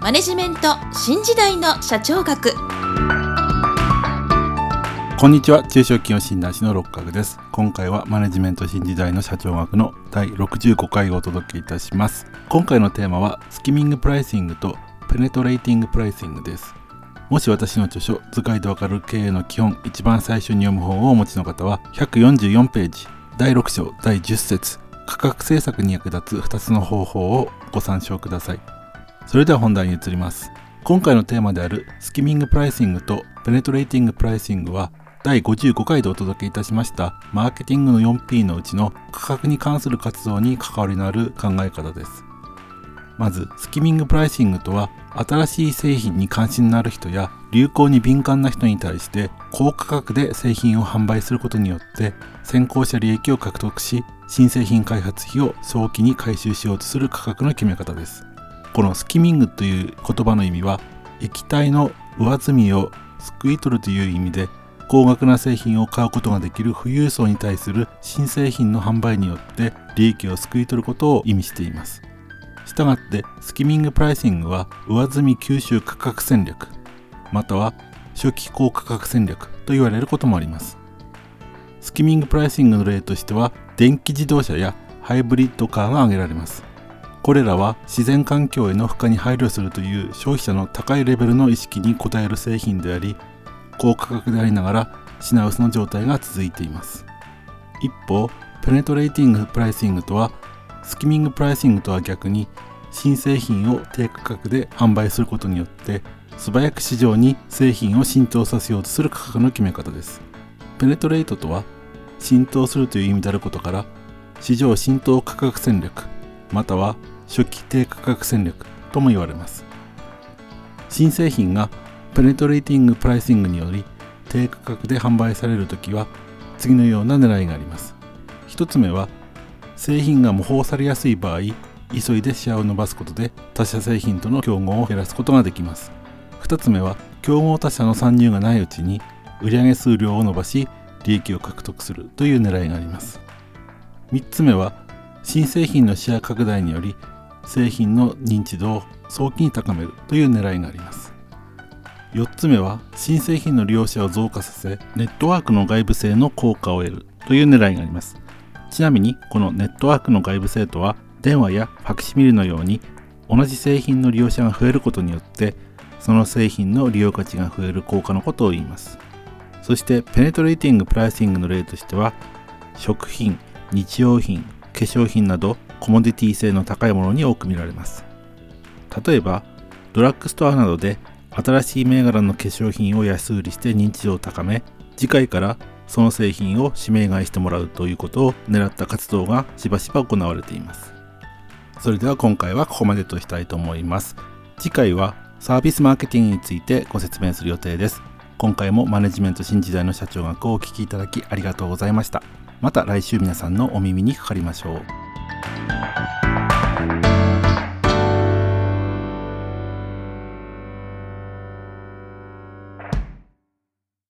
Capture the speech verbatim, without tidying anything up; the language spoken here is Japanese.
マネジメント新時代の社長学。 こんにちは、中小企業診断士の六角です。今回はマネジメント新時代の社長学のだいろくじゅうごかいをお届けいたします。今回のテーマはスキミングプライシングとペネトレーティングプライシングです。もし私の著書図解でわかる経営の基本一番最初に読む本をお持ちの方はひゃくよんじゅうよんページだいろく章だいじゅっ節価格政策に役立つふたつの方法をご参照ください。それでは本題に移ります。今回のテーマであるスキミングプライシングとペネトレーティングプライシングはだいごじゅうごかいでお届けいたしましたマーケティングの よんピー のうちの価格に関する活動に関わりのある考え方です。まずスキミングプライシングとは、新しい製品に関心のある人や流行に敏感な人に対して高価格で製品を販売することによって先行者利益を獲得し、新製品開発費を早期に回収しようとする価格の決め方です。このスキミングという言葉の意味は、液体の上積みをすくい取るという意味で、高額な製品を買うことができる富裕層に対する新製品の販売によって利益をすくい取ることを意味しています。したがってスキミングプライシングは上積み吸収価格戦略、または初期高価格戦略と言われることもあります。スキミングプライシングの例としては、電気自動車やハイブリッドカーが挙げられます。これらは自然環境への負荷に配慮するという消費者の高いレベルの意識に応える製品であり、高価格でありながら品薄の状態が続いています。一方、ペネトレーティングプライシングとは、スキミングプライシングとは逆に、新製品を低価格で販売することによって素早く市場に製品を浸透させようとする価格の決め方です。ペネトレートとは、浸透するという意味であることから、市場浸透価格戦略、または初期低価格戦略とも言われます。新製品がペネトレーティングプライシングにより低価格で販売されるときは、次のような狙いがあります。一つ目は、製品が模倣されやすい場合、急いでシェアを伸ばすことで他社製品との競合を減らすことができます。二つ目は、競合他社の参入がないうちに売上数量を伸ばし利益を獲得するという狙いがあります。三つ目は、新製品のシェア拡大により製品の認知度を早期に高めるという狙いがあります。四つ目は、新製品の利用者を増加させネットワークの外部性の効果を得るという狙いがあります。ちなみにこのネットワークの外部性とは、電話やファクシミリのように同じ製品の利用者が増えることによってその製品の利用価値が増える効果のことを言います。そしてペネトレーティングプライシングの例としては、食品、日用品、化粧品などコモディティ性の高いものに多く見られます。例えばドラッグストアなどで新しい銘柄の化粧品を安売りして認知度を高め、次回からその製品を指名買いしてもらうということを狙った活動がしばしば行われています。それでは今回はここまでとしたいと思います。次回はサービスマーケティングについてご説明する予定です。今回もマネジメント新時代の社長学をお聞きいただきありがとうございました。また来週皆さんのお耳にかかりましょう。